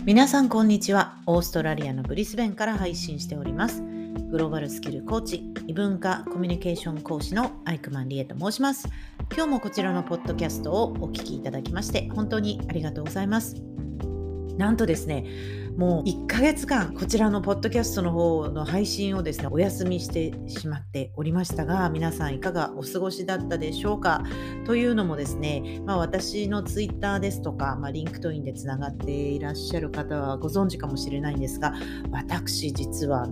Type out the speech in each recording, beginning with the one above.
皆さんこんにちは。オーストラリアのブリスベンから配信しております。グローバルスキルコーチ、異文化コミュニケーション講師のアイクマンリエと申します。今日もこちらのポッドキャストをお聞きいただきまして本当にありがとうございます。なんとですね、もう1ヶ月間こちらのポッドキャストの方の配信をですねお休みしてしまっておりましたが、皆さんいかがお過ごしだったでしょうか。というのもですね、私のツイッターですとか、リンクトインでつながっていらっしゃる方はご存知かもしれないんですが、私実は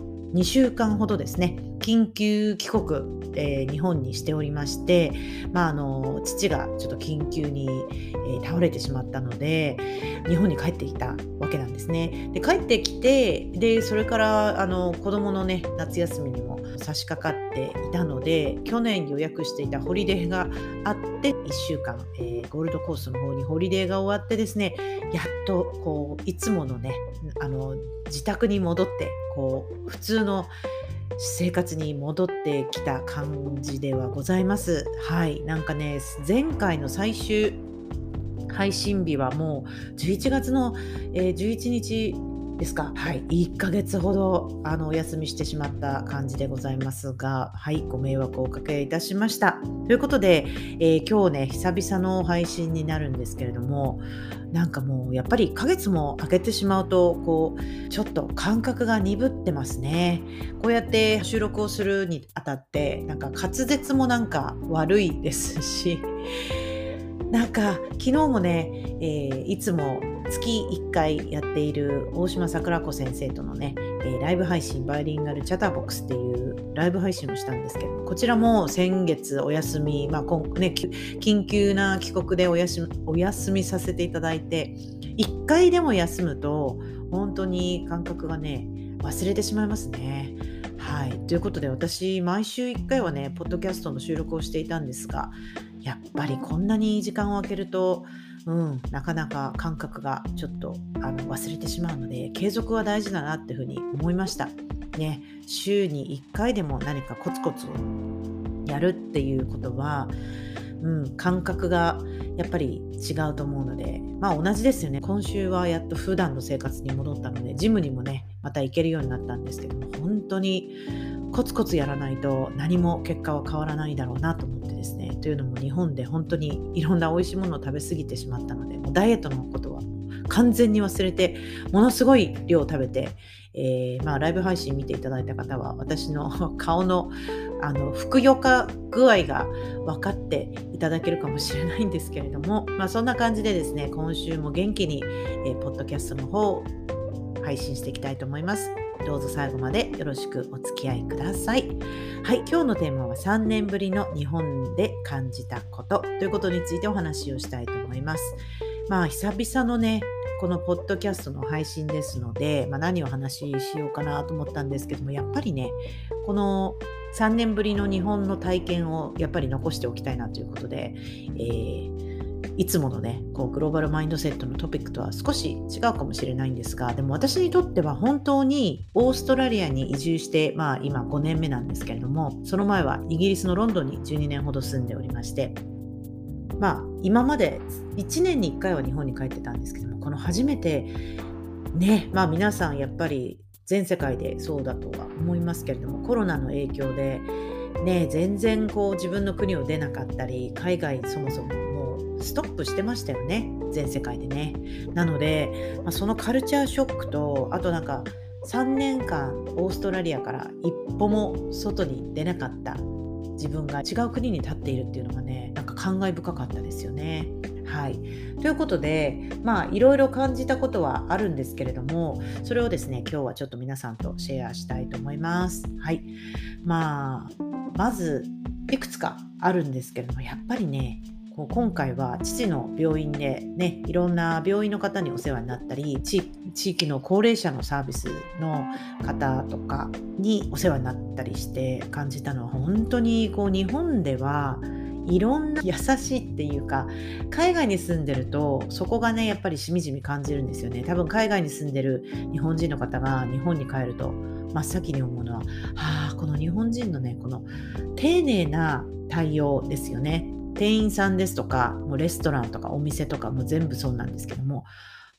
2週間ほどですね緊急帰国、日本にしておりまして、父がちょっと緊急に、倒れてしまったので日本に帰ってきたわけなんですね。で帰ってきて、でそれから子供のね夏休みにも差し掛かっていたので、去年予約していたホリデーがあって1週間、ゴールドコーストの方にホリデーが終わってですね、やっといつものね自宅に戻って普通の生活に戻ってきた感じではございます。はい、前回の最終配信日はもう11月の、11日ですか。はい、1ヶ月ほどお休みしてしまった感じでございますが、はい、ご迷惑をおかけいたしました。ということで、今日ね久々の配信になるんですけれども、もうやっぱり1ヶ月も空けてしまうとちょっと感覚が鈍ってますね。こうやって収録をするにあたって滑舌も悪いですし、昨日もね、いつも月1回やっている大島桜子先生とのね、ライブ配信バイリンガルチャターボックスっていうライブ配信をしたんですけど、こちらも先月お休み、緊急な帰国でお休みさせていただいて、1回でも休むと本当に感覚がね忘れてしまいますね。はい、ということで私毎週1回はねポッドキャストの収録をしていたんですが、やっぱりこんなに時間を空けると、なかなか感覚がちょっと忘れてしまうので、継続は大事だなっていうふうに思いましたね。週に1回でも何かコツコツやるっていうことは、感覚がやっぱり違うと思うので、同じですよね。今週はやっと普段の生活に戻ったので、ジムにもねまた行けるようになったんですけども、本当にコツコツやらないと何も結果は変わらないだろうなと思ってですね。というのも日本で本当にいろんな美味しいものを食べ過ぎてしまったので、もうダイエットのことは完全に忘れて、ものすごい量を食べて、ライブ配信見ていただいた方は私の顔のふくよか具合が分かっていただけるかもしれないんですけれども、そんな感じでですね、今週も元気に、ポッドキャストの方を配信していきたいと思います。どうぞ最後までよろしくお付き合いください。はい、今日のテーマは3年ぶりの日本で感じたことということについてお話をしたいと思います。久々のねこのポッドキャストの配信ですので、何を話しようかなと思ったんですけども、やっぱりねこの3年ぶりの日本の体験をやっぱり残しておきたいなということで、いつものねグローバルマインドセットのトピックとは少し違うかもしれないんですが、でも私にとっては本当にオーストラリアに移住して、今5年目なんですけれども、その前はイギリスのロンドンに12年ほど住んでおりまして、今まで1年に1回は日本に帰ってたんですけども、この初めてね、皆さんやっぱり全世界でそうだとは思いますけれども、コロナの影響でね全然自分の国を出なかったり、海外そもそももうストップしてましたよね、全世界でね。なので、そのカルチャーショックと、あと3年間オーストラリアから一歩も外に出なかった自分が違う国に立っているっていうのがね感慨深かったですよね。はい、ということでいろいろ感じたことはあるんですけれども、それをですね今日はちょっと皆さんとシェアしたいと思います。はい、まずいくつかあるんですけれども、やっぱりね今回は父の病院でねいろんな病院の方にお世話になったり、地域の高齢者のサービスの方とかにお世話になったりして感じたのは、本当に日本ではいろんな優しいっていうか、海外に住んでるとそこがねやっぱりしみじみ感じるんですよね。多分海外に住んでる日本人の方が日本に帰ると真っ先に思うのは、この日本人のねこの丁寧な対応ですよね。店員さんですとか、もうレストランとかお店とかも全部そうなんですけども、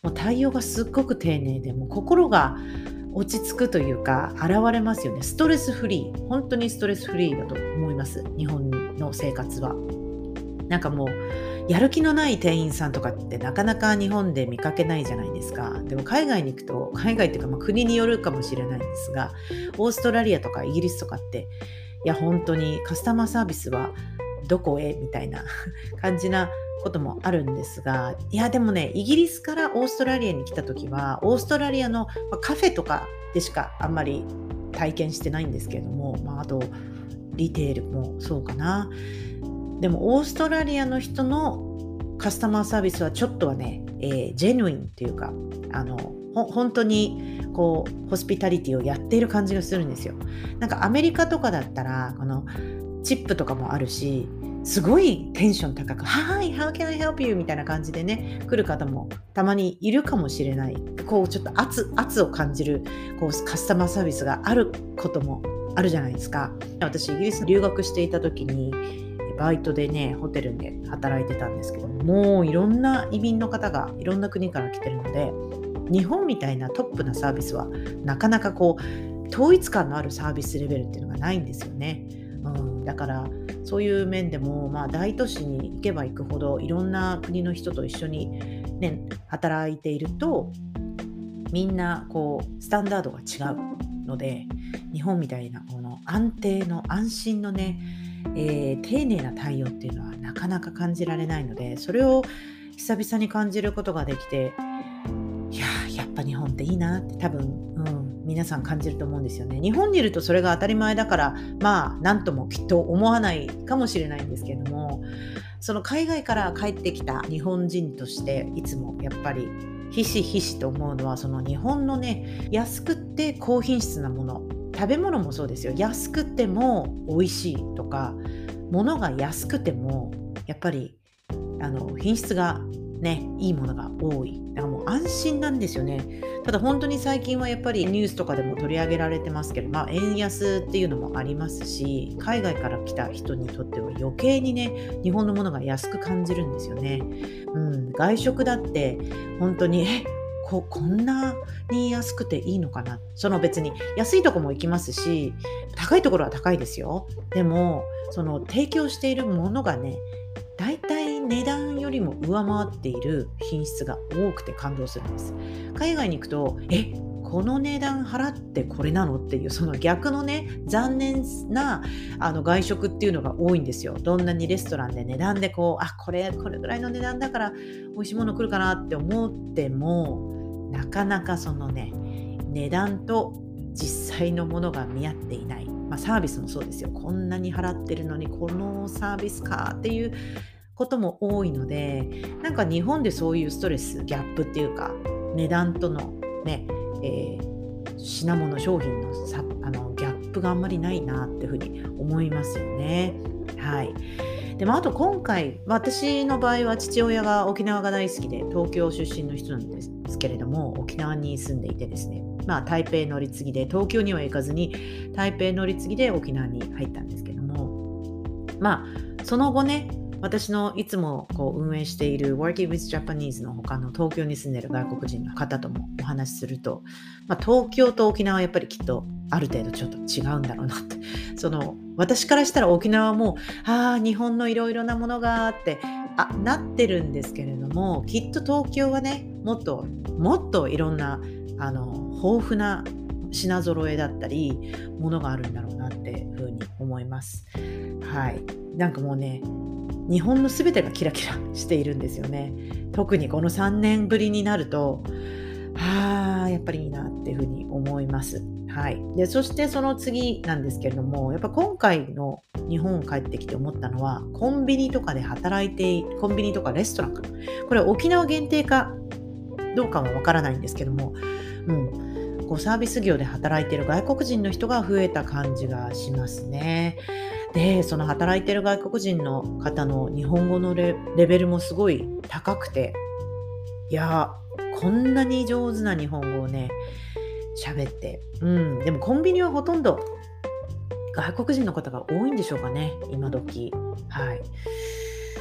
もう対応がすっごく丁寧で、もう心が落ち着くというか、現れますよね。ストレスフリー。本当にストレスフリーだと思います。日本の生活は。なんかもう、やる気のない店員さんとかってなかなか日本で見かけないじゃないですか。でも海外に行くと、海外っていうか国によるかもしれないんですが、オーストラリアとかイギリスとかって、いや本当にカスタマーサービスはどこへみたいな感じなこともあるんですが、いやでもね、イギリスからオーストラリアに来た時は、オーストラリアのカフェとかでしかあんまり体験してないんですけれども、あとリテールもそうかな。でもオーストラリアの人のカスタマーサービスはちょっとはね、ジェヌインっていうか、本当にこうホスピタリティをやっている感じがするんですよ。なんかアメリカとかだったらこのチップとかもあるし、すごいテンション高く、Hi, how can I help you? みたいな感じでね、来る方もたまにいるかもしれない。こうちょっと圧を感じるこうカスタマーサービスがあることもあるじゃないですか。私イギリスに留学していた時にバイトでね、ホテルで働いてたんですけども、いろんな移民の方がいろんな国から来てるので、日本みたいなトップなサービスはなかなかこう統一感のあるサービスレベルっていうのがないんですよね。だからそういう面でも、大都市に行けば行くほどいろんな国の人と一緒に、ね、働いていると、みんなこうスタンダードが違うので、日本みたいなこの安定の安心のね、丁寧な対応っていうのはなかなか感じられないので、それを久々に感じることができて、やっぱ日本っていいなって多分、皆さん感じると思うんですよね。日本にいるとそれが当たり前だから、なんともきっと思わないかもしれないんですけれども、その海外から帰ってきた日本人としていつもやっぱりひしひしと思うのは、その日本のね、安くって高品質なもの、食べ物もそうですよ。安くても美味しいとか、物が安くてもやっぱり品質がね、いいものが多い。だからもう安心なんですよね。ただ本当に最近はやっぱりニュースとかでも取り上げられてますけど、円安っていうのもありますし、海外から来た人にとっては余計にね、日本のものが安く感じるんですよね。外食だって本当にこんなに安くていいのかな。その別に安いとこも行きますし、高いところは高いですよ。でもその提供しているものがね、だいたい値段よりも上回っている品質が多くて感動するんです。海外に行くと、この値段払ってこれなのっていう、その逆のね、残念な外食っていうのが多いんですよ。どんなにレストランで値段でこれぐらいの値段だから美味しいもの来るかなって思っても、なかなかそのね、値段と実際のものが見合っていない。サービスもそうですよ。こんなに払ってるのにこのサービスかっていうことも多いので、なんか日本でそういうストレス、ギャップっていうか、値段とのね、品物商品のギャップがあんまりないなっていうふうに思いますよね。はい。でもあと今回、私の場合は父親が沖縄が大好きで東京出身の人なんですけれども、沖縄に住んでいてですね、台北乗り継ぎで、東京には行かずに台北乗り継ぎで沖縄に入ったんですけども、その後ね、私のいつもこう運営している Working with Japanese の他の東京に住んでいる外国人の方ともお話しすると、東京と沖縄はやっぱりきっとある程度ちょっと違うんだろうなって、私からしたら沖縄も日本のいろいろなものがってなってるんですけれども、きっと東京はね、もっといろんな豊富な品揃えだったりものがあるんだろうなっていうふうに思います。はい。なんかもうね、日本のすべてがキラキラしているんですよね。特にこの3年ぶりになると、やっぱりいいなっていうふうに思います。はい。で、そしてその次なんですけれども、やっぱ今回の日本帰ってきて思ったのは、コンビニとかレストランかな。これは沖縄限定かどうかはわからないんですけども、こうサービス業で働いている外国人の人が増えた感じがしますね。で、その働いている外国人の方の日本語のレベルもすごい高くて、こんなに上手な日本語をね、喋って、でもコンビニはほとんど外国人の方が多いんでしょうかね、今時。はい。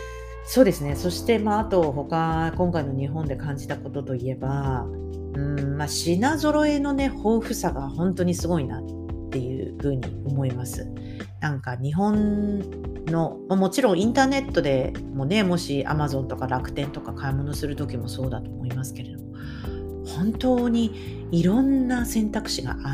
そうですね。そして、あと今回の日本で感じたことといえば、品揃えのね、豊富さが本当にすごいなっていう風に思います。なんか日本の、もちろんインターネットでもね、もし Amazon とか楽天とか買い物する時もそうだと思いますけれども、本当にいろんな選択肢があって、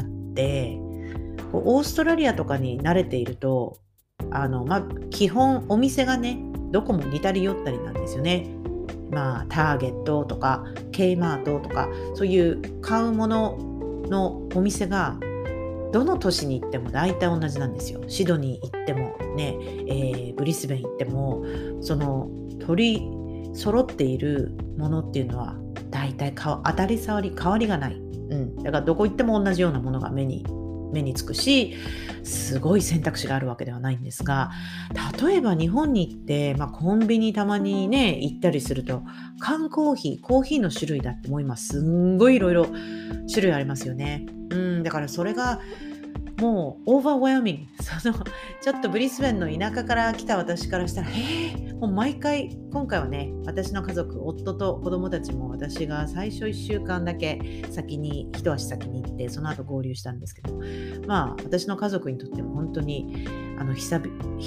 オーストラリアとかに慣れていると、基本お店がね、どこも似たり寄ったりなんですよね。ターゲットとか K マートとか、そういう買うもののお店がどの都市に行っても大体同じなんですよ。シドニー行ってもね、ブリスベン行っても、その取り揃っているものっていうのは大体当たり障り変わりがない。だからどこ行っても同じようなものが目につくし、すごい選択肢があるわけではないんですが、例えば日本に行って、コンビニたまにね行ったりすると、缶コーヒーの種類だってもう今すんごいいろいろ種類ありますよね。だからそれがもうオーバーウェルミング。ちょっとブリスベンの田舎から来た私からしたら、もう毎回、今回はね、私の家族、夫と子供たちも、私が最初1週間だけ一足先に行って、その後合流したんですけど、私の家族にとっても本当に久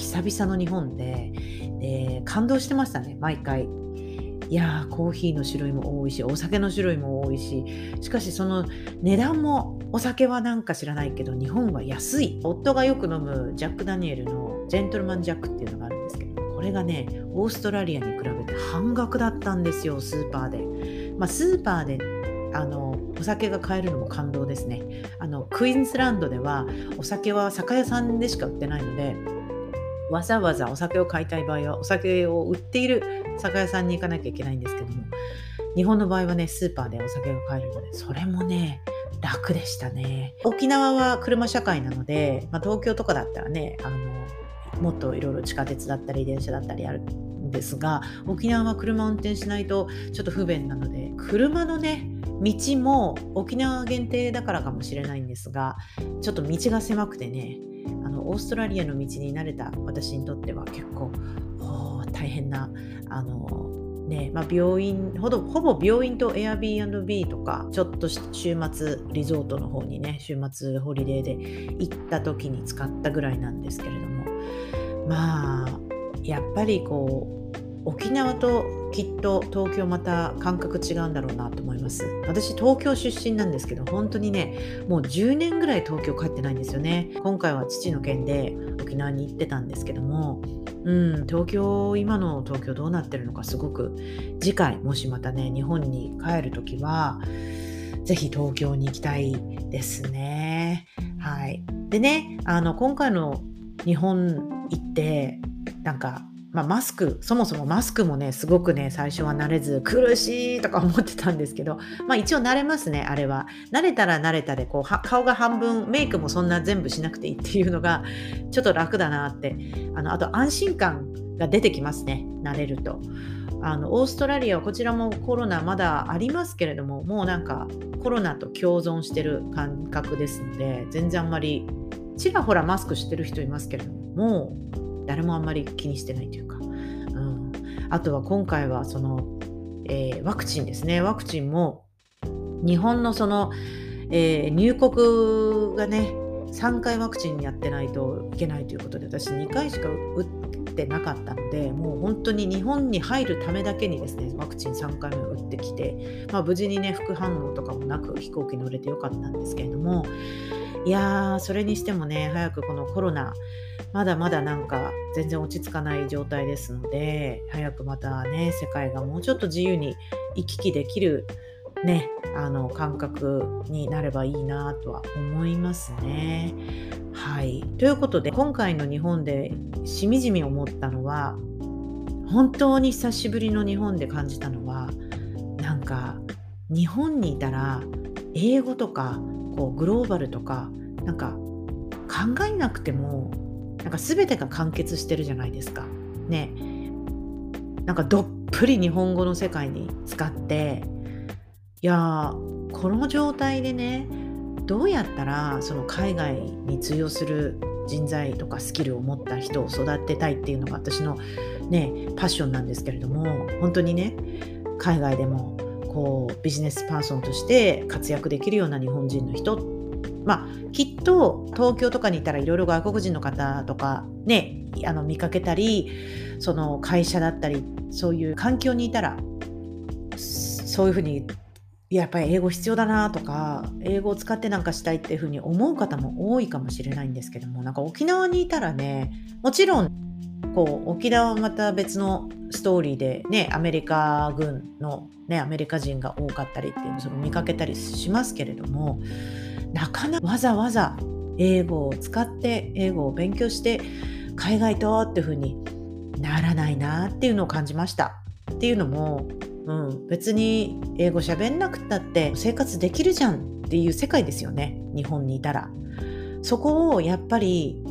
々の日本で、感動してましたね、毎回。いやー、コーヒーの種類も多いし、お酒の種類も多いし、しかしその値段も、お酒はなんか知らないけど日本は安い。夫がよく飲むジャック・ダニエルのジェントルマンジャックっていうのがあるんですけど、これがね、オーストラリアに比べて半額だったんですよ、スーパーで。スーパーでお酒が買えるのも感動ですね。クイーンズランドではお酒は酒屋さんでしか売ってないので、わざわざお酒を買いたい場合はお酒を売っている酒屋さんに行かなきゃいけないんですけども、日本の場合はね、スーパーでお酒が買えるので、それもね、楽でしたね。沖縄は車社会なので、東京とかだったらね、もっといろいろ地下鉄だったり電車だったりあるんですが、沖縄は車を運転しないとちょっと不便なので、車のね、道も沖縄限定だからかもしれないんですが、ちょっと道が狭くてね、オーストラリアの道に慣れた私にとっては結構大変な病院ほぼ病院と Airbnb とか、ちょっと週末リゾートの方にね、週末ホリデーで行った時に使ったぐらいなんですけれども、やっぱり沖縄ときっと東京また感覚違うんだろうなと思います。私東京出身なんですけど、本当にね、もう10年ぐらい東京帰ってないんですよね。今回は父の件で沖縄に行ってたんですけども、今の東京どうなってるのか、すごく次回もしまたね、日本に帰るときはぜひ東京に行きたいですね。はい。でね、今回の日本行ってなんかそもそもマスクもね、すごくね、最初は慣れず苦しいとか思ってたんですけど、一応慣れますね、あれは。慣れたら慣れたで、顔が半分、メイクもそんな全部しなくていいっていうのがちょっと楽だなって。あと安心感が出てきますね、慣れると。オーストラリアはこちらもコロナまだありますけれども、もうなんかコロナと共存してる感覚ですので、全然あんまりちらほらマスクしてる人いますけれども、もう誰もあんまり気にしてないというか、あとは今回はワクチンですね。ワクチンも日本の入国がね、3回ワクチンやってないといけないということで、私2回しか打ってなかったので、もう本当に日本に入るためだけにですね、ワクチン3回目を打ってきて、無事にね、副反応とかもなく飛行機乗れてよかったんですけれども、いやー、それにしてもね、早くこのコロナまだまだなんか全然落ち着かない状態ですので、早くまたね、世界がもうちょっと自由に行き来できるね、感覚になればいいなとは思いますね。はい。ということで、今回の日本でしみじみ思ったのは、本当に久しぶりの日本で感じたのは、なんか日本にいたら英語とかグローバルとかなんか考えなくてもなんか全てが完結してるじゃないですかね。なんかどっぷり日本語の世界に使って、いやー、この状態でね、どうやったらその海外に通用する人材とかスキルを持った人を育てたいっていうのが私のねパッションなんですけれども、本当にね海外でもビジネスパーソンとして活躍できるような日本人の人、きっと東京とかにいたらいろいろ外国人の方とかね見かけたり、その会社だったりそういう環境にいたらそういうふうにやっぱり英語必要だなとか、英語を使ってなんかしたいっていうふうに思う方も多いかもしれないんですけども、なんか沖縄にいたらね、もちろん沖縄はまた別のストーリーでね、アメリカ軍のねアメリカ人が多かったりっていうのを見かけたりしますけれども、なかなかわざわざ英語を使って英語を勉強して海外とっていうふうにならないなっていうのを感じました。っていうのも、別に英語喋んなくったって生活できるじゃんっていう世界ですよね、日本にいたら。そこをやっぱり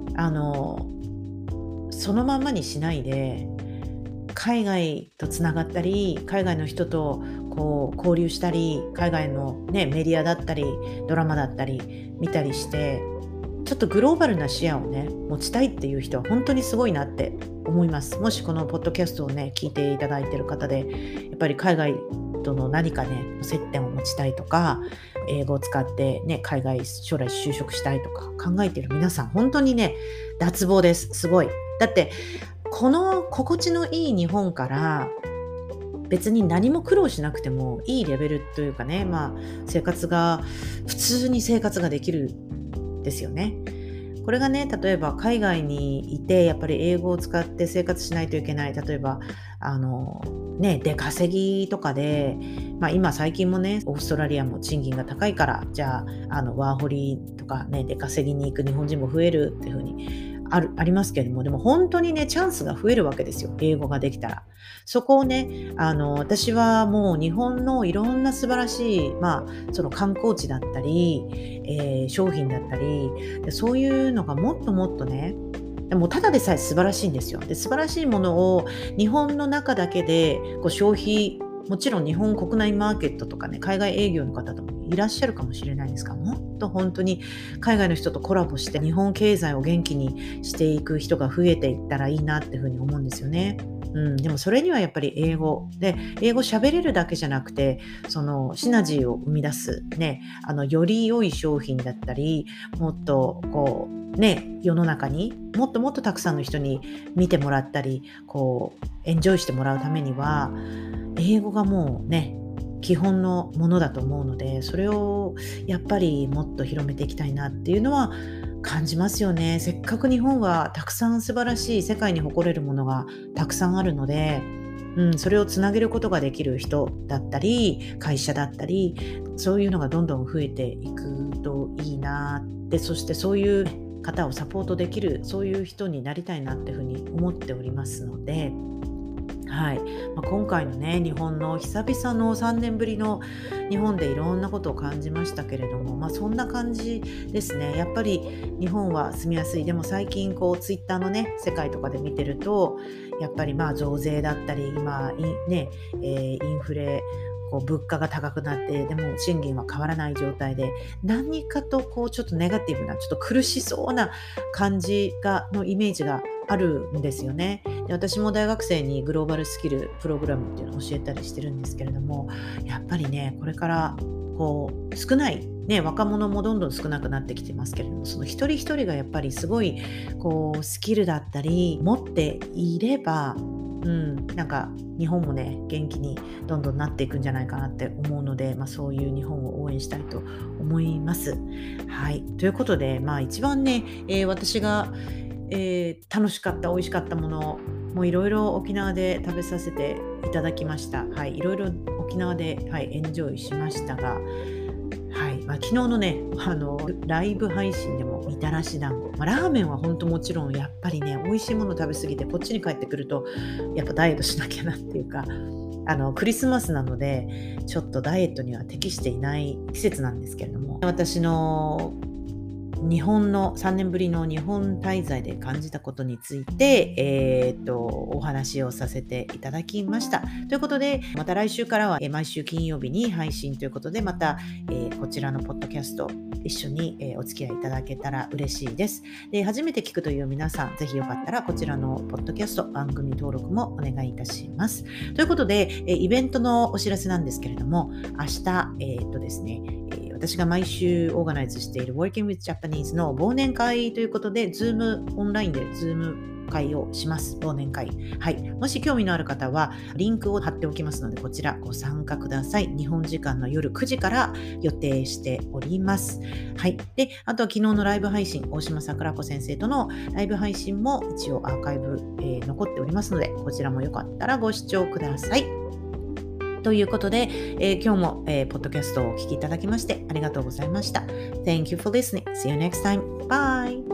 そのまんまにしないで、海外とつながったり、海外の人と交流したり、海外の、メディアだったりドラマだったり見たりして、ちょっとグローバルな視野をね持ちたいっていう人は本当にすごいなって思います。もしこのポッドキャストをね聞いていただいている方で、やっぱり海外との何かね接点を持ちたいとか、英語を使ってね海外将来就職したいとか考えている皆さん、本当にね脱帽です。すごい。だってこの心地のいい日本から別に何も苦労しなくてもいいレベルというかね、生活が普通に生活ができるですよね。これがね、例えば海外にいてやっぱり英語を使って生活しないといけない。例えば出稼ぎとかで、今最近もねオーストラリアも賃金が高いから、じゃあワーホリとかね出稼ぎに行く日本人も増えるっていう風にありますけれども、でも本当にねチャンスが増えるわけですよ、英語ができたら。そこをね私はもう日本のいろんな素晴らしい、その観光地だったり、商品だったり、そういうのがもっともっとね、もうただでさえ素晴らしいんですよ。で素晴らしいものを日本の中だけで消費、もちろん日本国内マーケットとかね海外営業の方ともいらっしゃるかもしれないんですが、もっと本当に海外の人とコラボして日本経済を元気にしていく人が増えていったらいいなっていうふうに思うんですよね。でもそれにはやっぱり英語で、英語喋れるだけじゃなくて、そのシナジーを生み出すね、より良い商品だったり、もっと世の中にもっともっとたくさんの人に見てもらったりエンジョイしてもらうためには英語がもうね基本のものだと思うので、それをやっぱりもっと広めていきたいなっていうのは感じますよね。せっかく日本はたくさん素晴らしい世界に誇れるものがたくさんあるので、それをつなげることができる人だったり会社だったり、そういうのがどんどん増えていくといいなって、そしてそういう方をサポートできる、そういう人になりたいなっていうふうに思っておりますので、今回のね日本の久々の3年ぶりの日本でいろんなことを感じましたけれども、そんな感じですね。やっぱり日本は住みやすい。でも最近ツイッターのね世界とかで見てると、やっぱり増税だったり今インフレ、物価が高くなって、でも賃金は変わらない状態で、何かとちょっとネガティブな、ちょっと苦しそうな感じのイメージがあるんですよね。で私も大学生にグローバルスキルプログラムっていうのを教えたりしてるんですけれども、やっぱりねこれから少ない若者もどんどん少なくなってきてますけれども、その一人一人がやっぱりすごいスキルだったり持っていれば、なんか日本もね元気にどんどんなっていくんじゃないかなって思うので、そういう日本を応援したいと思います。ということで、一番ね、私が、楽しかった美味しかったものもいろいろ沖縄で食べさせていただきました。いろいろ沖縄で、エンジョイしましたが、昨日のねライブ配信でもみたらし団子、ラーメンは本当もちろんやっぱりね美味しいもの食べ過ぎてこっちに帰ってくるとやっぱダイエットしなきゃなっていうか、クリスマスなのでちょっとダイエットには適していない季節なんですけれども、私の日本の3年ぶりの日本滞在で感じたことについて、お話をさせていただきました。ということで、また来週からは毎週金曜日に配信ということで、また、こちらのポッドキャスト一緒に、お付き合いいただけたら嬉しいです。で、初めて聞くという皆さん、ぜひよかったらこちらのポッドキャスト番組登録もお願いいたします。ということで、イベントのお知らせなんですけれども、明日、ですね、私が毎週オーガナイズしている Working with Japanese の忘年会ということで、オンラインで Zoom 会をします。忘年会。はい。もし興味のある方は、リンクを貼っておきますので、こちらご参加ください。日本時間の夜9時から予定しております。はい。で、あとは昨日のライブ配信、大島桜子先生とのライブ配信も一応アーカイブ、残っておりますので、こちらもよかったらご視聴ください。ということで、今日も、ポッドキャストをお聞きいただきましてありがとうございました。Thank you for listening. See you next time. Bye!